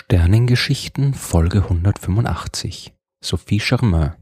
Sternengeschichten Folge 185 Sophie Germain.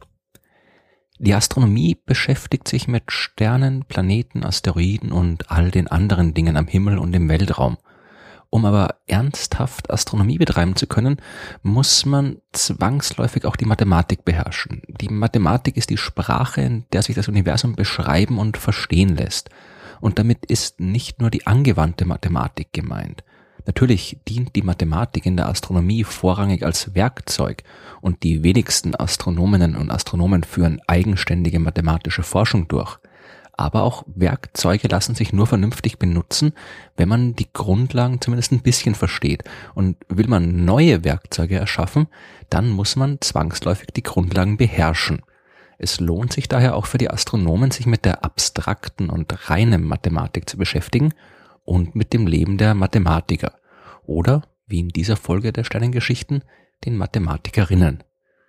Die Astronomie beschäftigt sich mit Sternen, Planeten, Asteroiden und all den anderen Dingen am Himmel und im Weltraum. Um aber ernsthaft Astronomie betreiben zu können, muss man zwangsläufig auch die Mathematik beherrschen. Die Mathematik ist die Sprache, in der sich das Universum beschreiben und verstehen lässt. Und damit ist nicht nur die angewandte Mathematik gemeint. Natürlich dient die Mathematik in der Astronomie vorrangig als Werkzeug und die wenigsten Astronominnen und Astronomen führen eigenständige mathematische Forschung durch. Aber auch Werkzeuge lassen sich nur vernünftig benutzen, wenn man die Grundlagen zumindest ein bisschen versteht. Und will man neue Werkzeuge erschaffen, dann muss man zwangsläufig die Grundlagen beherrschen. Es lohnt sich daher auch für die Astronomen, sich mit der abstrakten und reinen Mathematik zu beschäftigen und mit dem Leben der Mathematiker. Oder, wie in dieser Folge der Sternengeschichten, den Mathematikerinnen.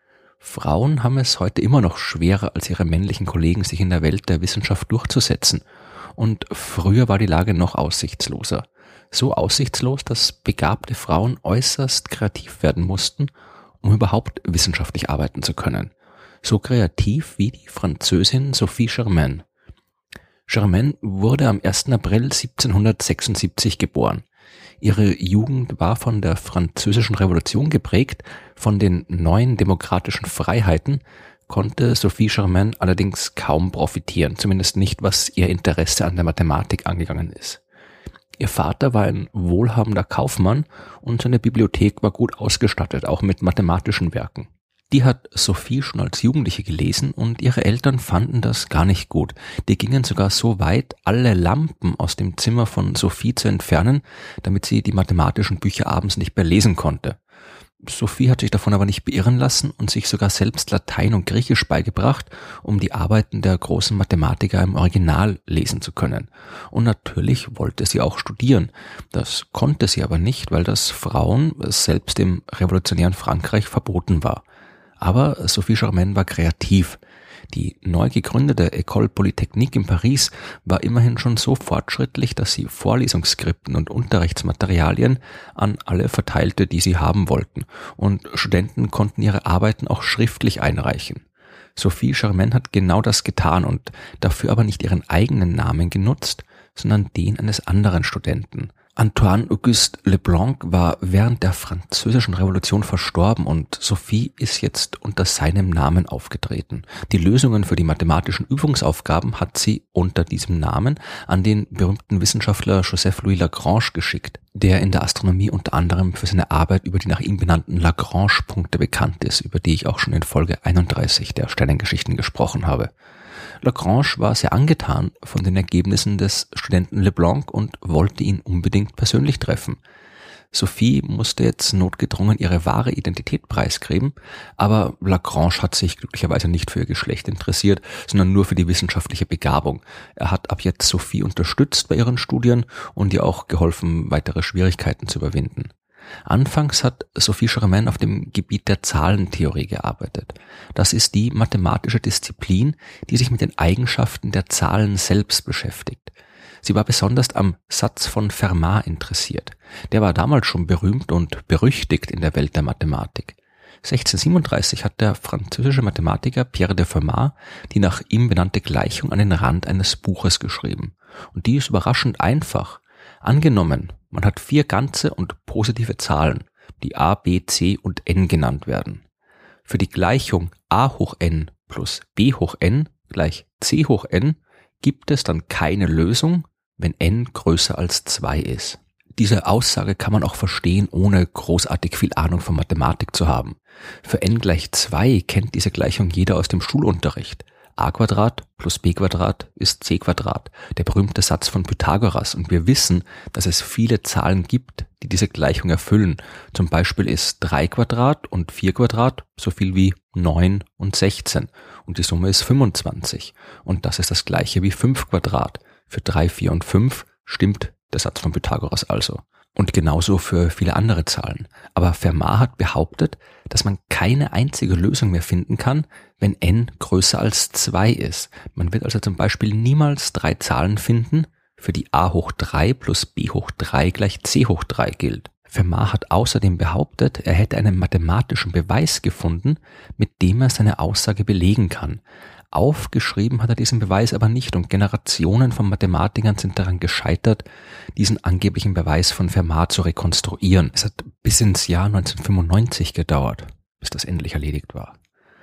Frauen haben es heute immer noch schwerer als ihre männlichen Kollegen, sich in der Welt der Wissenschaft durchzusetzen. Und früher war die Lage noch aussichtsloser. So aussichtslos, dass begabte Frauen äußerst kreativ werden mussten, um überhaupt wissenschaftlich arbeiten zu können. So kreativ wie die Französin Sophie Germain. Germain wurde am 1. April 1776 geboren. Ihre Jugend war von der Französischen Revolution geprägt, von den neuen demokratischen Freiheiten konnte Sophie Germain allerdings kaum profitieren, zumindest nicht, was ihr Interesse an der Mathematik angegangen ist. Ihr Vater war ein wohlhabender Kaufmann und seine Bibliothek war gut ausgestattet, auch mit mathematischen Werken. Die hat Sophie schon als Jugendliche gelesen und ihre Eltern fanden das gar nicht gut. Die gingen sogar so weit, alle Lampen aus dem Zimmer von Sophie zu entfernen, damit sie die mathematischen Bücher abends nicht mehr lesen konnte. Sophie hat sich davon aber nicht beirren lassen und sich sogar selbst Latein und Griechisch beigebracht, um die Arbeiten der großen Mathematiker im Original lesen zu können. Und natürlich wollte sie auch studieren. Das konnte sie aber nicht, weil das Frauen selbst im revolutionären Frankreich verboten war. Aber Sophie Germain war kreativ. Die neu gegründete École Polytechnique in Paris war immerhin schon so fortschrittlich, dass sie Vorlesungsskripten und Unterrichtsmaterialien an alle verteilte, die sie haben wollten. Und Studenten konnten ihre Arbeiten auch schriftlich einreichen. Sophie Germain hat genau das getan und dafür aber nicht ihren eigenen Namen genutzt, sondern den eines anderen Studenten. Antoine-Auguste Leblanc war während der Französischen Revolution verstorben und Sophie ist jetzt unter seinem Namen aufgetreten. Die Lösungen für die mathematischen Übungsaufgaben hat sie unter diesem Namen an den berühmten Wissenschaftler Joseph-Louis Lagrange geschickt, der in der Astronomie unter anderem für seine Arbeit über die nach ihm benannten Lagrange-Punkte bekannt ist, über die ich auch schon in Folge 31 der Sternengeschichten gesprochen habe. Lagrange war sehr angetan von den Ergebnissen des Studenten Leblanc und wollte ihn unbedingt persönlich treffen. Sophie musste jetzt notgedrungen ihre wahre Identität preisgeben, aber Lagrange hat sich glücklicherweise nicht für ihr Geschlecht interessiert, sondern nur für die wissenschaftliche Begabung. Er hat ab jetzt Sophie unterstützt bei ihren Studien und ihr auch geholfen, weitere Schwierigkeiten zu überwinden. Anfangs hat Sophie Germain auf dem Gebiet der Zahlentheorie gearbeitet. Das ist die mathematische Disziplin, die sich mit den Eigenschaften der Zahlen selbst beschäftigt. Sie war besonders am Satz von Fermat interessiert. Der war damals schon berühmt und berüchtigt in der Welt der Mathematik. 1637 hat der französische Mathematiker Pierre de Fermat die nach ihm benannte Gleichung an den Rand eines Buches geschrieben. Und die ist überraschend einfach. Angenommen, man hat 4 ganze und positive Zahlen, die a, b, c und n genannt werden. Für die Gleichung a hoch n plus b hoch n gleich c hoch n gibt es dann keine Lösung, wenn n größer als 2 ist. Diese Aussage kann man auch verstehen, ohne großartig viel Ahnung von Mathematik zu haben. Für n gleich 2 kennt diese Gleichung jeder aus dem Schulunterricht. a² plus b² ist c², der berühmte Satz von Pythagoras. Und wir wissen, dass es viele Zahlen gibt, die diese Gleichung erfüllen. Zum Beispiel ist 3² und 4² so viel wie 9 und 16. Und die Summe ist 25. Und das ist das gleiche wie 5². Für 3, 4 und 5 stimmt der Satz von Pythagoras also. Und genauso für viele andere Zahlen. Aber Fermat hat behauptet, dass man keine einzige Lösung mehr finden kann, wenn n größer als 2 ist. Man wird also zum Beispiel niemals 3 Zahlen finden, für die a hoch 3 plus b hoch 3 gleich c hoch 3 gilt. Fermat hat außerdem behauptet, er hätte einen mathematischen Beweis gefunden, mit dem er seine Aussage belegen kann. Aufgeschrieben hat er diesen Beweis aber nicht und Generationen von Mathematikern sind daran gescheitert, diesen angeblichen Beweis von Fermat zu rekonstruieren. Es hat bis ins Jahr 1995 gedauert, bis das endlich erledigt war.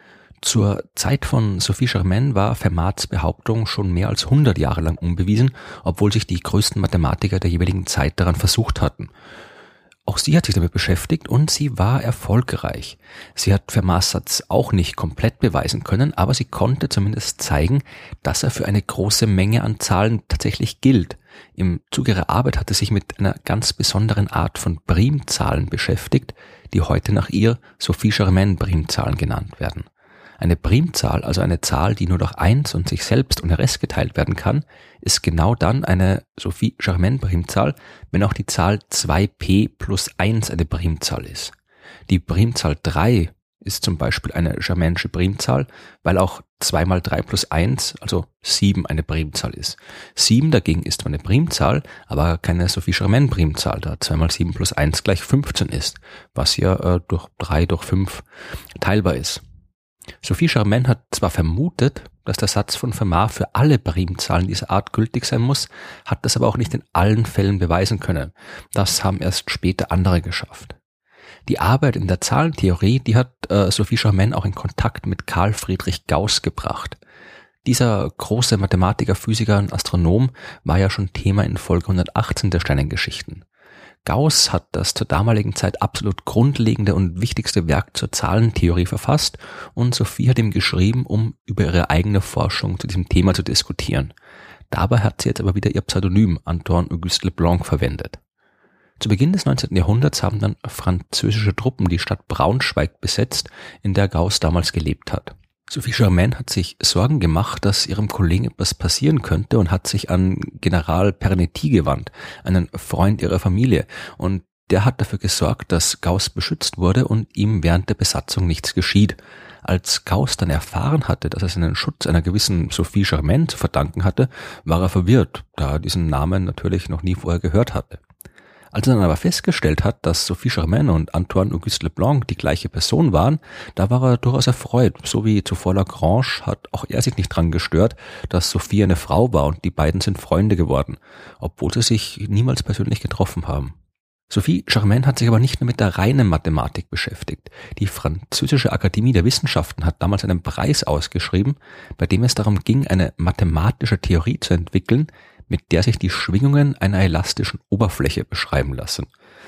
Zur Zeit von Sophie Germain war Fermats Behauptung schon mehr als 100 Jahre lang unbewiesen, obwohl sich die größten Mathematiker der jeweiligen Zeit daran versucht hatten. Auch sie hat sich damit beschäftigt und sie war erfolgreich. Sie hat Fermats Satz auch nicht komplett beweisen können, aber sie konnte zumindest zeigen, dass er für eine große Menge an Zahlen tatsächlich gilt. Im Zuge ihrer Arbeit hat sie sich mit einer ganz besonderen Art von Primzahlen beschäftigt, die heute nach ihr Sophie-Germain-Primzahlen genannt werden. Eine Primzahl, also eine Zahl, die nur durch 1 und sich selbst und der Rest geteilt werden kann, ist genau dann eine Sophie-Germain-Primzahl, wenn auch die Zahl 2p plus 1 eine Primzahl ist. Die Primzahl 3 ist zum Beispiel eine Germainsche Primzahl, weil auch 2 mal 3 plus 1, also 7, eine Primzahl ist. 7 dagegen ist zwar eine Primzahl, aber keine Sophie-Germain-Primzahl, da 2 mal 7 plus 1 gleich 15 ist, was ja durch 3 durch 5 teilbar ist. Sophie Germain hat zwar vermutet, dass der Satz von Fermat für alle Primzahlen dieser Art gültig sein muss, hat das aber auch nicht in allen Fällen beweisen können. Das haben erst später andere geschafft. Die Arbeit in der Zahlentheorie, die hat Sophie Germain auch in Kontakt mit Carl Friedrich Gauss gebracht. Dieser große Mathematiker, Physiker und Astronom war ja schon Thema in Folge 118 der Sternengeschichten. Gauss hat das zur damaligen Zeit absolut grundlegende und wichtigste Werk zur Zahlentheorie verfasst und Sophie hat ihm geschrieben, um über ihre eigene Forschung zu diesem Thema zu diskutieren. Dabei hat sie jetzt aber wieder ihr Pseudonym Antoine-Auguste Leblanc verwendet. Zu Beginn des 19. Jahrhunderts haben dann französische Truppen die Stadt Braunschweig besetzt, in der Gauss damals gelebt hat. Sophie Germain hat sich Sorgen gemacht, dass ihrem Kollegen etwas passieren könnte und hat sich an General Pernetti gewandt, einen Freund ihrer Familie, und der hat dafür gesorgt, dass Gauss beschützt wurde und ihm während der Besatzung nichts geschieht. Als Gauss dann erfahren hatte, dass er seinen Schutz einer gewissen Sophie Germain zu verdanken hatte, war er verwirrt, da er diesen Namen natürlich noch nie vorher gehört hatte. Als er dann aber festgestellt hat, dass Sophie Germain und Antoine-Auguste Leblanc die gleiche Person waren, da war er durchaus erfreut. So wie zuvor Lagrange hat auch er sich nicht dran gestört, dass Sophie eine Frau war und die beiden sind Freunde geworden, obwohl sie sich niemals persönlich getroffen haben. Sophie Germain hat sich aber nicht nur mit der reinen Mathematik beschäftigt. Die Französische Akademie der Wissenschaften hat damals einen Preis ausgeschrieben, bei dem es darum ging, eine mathematische Theorie zu entwickeln, mit der sich die Schwingungen einer elastischen Oberfläche beschreiben lassen.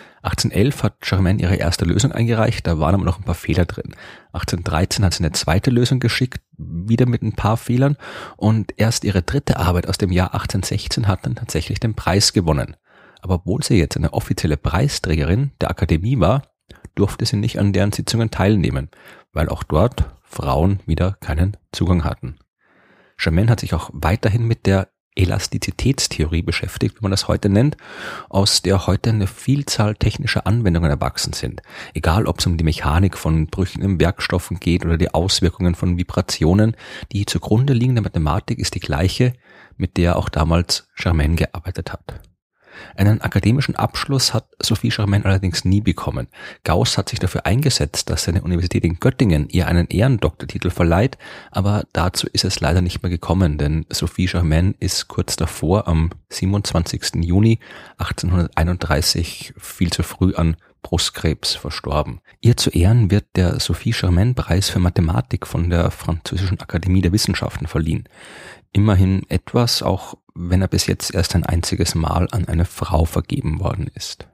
1811 hat Germain ihre erste Lösung eingereicht, da waren aber noch ein paar Fehler drin. 1813 hat sie eine zweite Lösung geschickt, wieder mit ein paar Fehlern, und erst ihre dritte Arbeit aus dem Jahr 1816 hat dann tatsächlich den Preis gewonnen. Aber obwohl sie jetzt eine offizielle Preisträgerin der Akademie war, durfte sie nicht an deren Sitzungen teilnehmen, weil auch dort Frauen wieder keinen Zugang hatten. Germain hat sich auch weiterhin mit der Elastizitätstheorie beschäftigt, wie man das heute nennt, aus der heute eine Vielzahl technischer Anwendungen erwachsen sind. Egal, ob es um die Mechanik von Brüchen in Werkstoffen geht oder die Auswirkungen von Vibrationen, die zugrunde liegende Mathematik ist die gleiche, mit der auch damals Germain gearbeitet hat. Einen akademischen Abschluss hat Sophie Germain allerdings nie bekommen. Gauss hat sich dafür eingesetzt, dass seine Universität in Göttingen ihr einen Ehrendoktortitel verleiht, aber dazu ist es leider nicht mehr gekommen, denn Sophie Germain ist kurz davor, am 27. Juni 1831, viel zu früh an Brustkrebs verstorben. Ihr zu Ehren wird der Sophie-Germain-Preis für Mathematik von der Französischen Akademie der Wissenschaften verliehen. Immerhin etwas, auch wenn er bis jetzt erst ein einziges Mal an eine Frau vergeben worden ist.